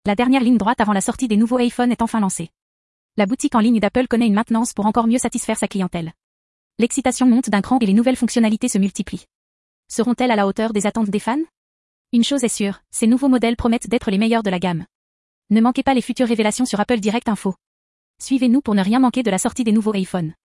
La dernière ligne droite avant la sortie des nouveaux iPhone est enfin lancée. La boutique en ligne d'Apple connaît une maintenance pour encore mieux satisfaire sa clientèle. L'excitation monte d'un cran et les nouvelles fonctionnalités se multiplient. Seront-elles à la hauteur des attentes des fans? Une chose est sûre, ces nouveaux modèles promettent d'être les meilleurs de la gamme. Ne manquez pas les futures révélations sur Apple Direct Info. Suivez-nous pour ne rien manquer de la sortie des nouveaux iPhone.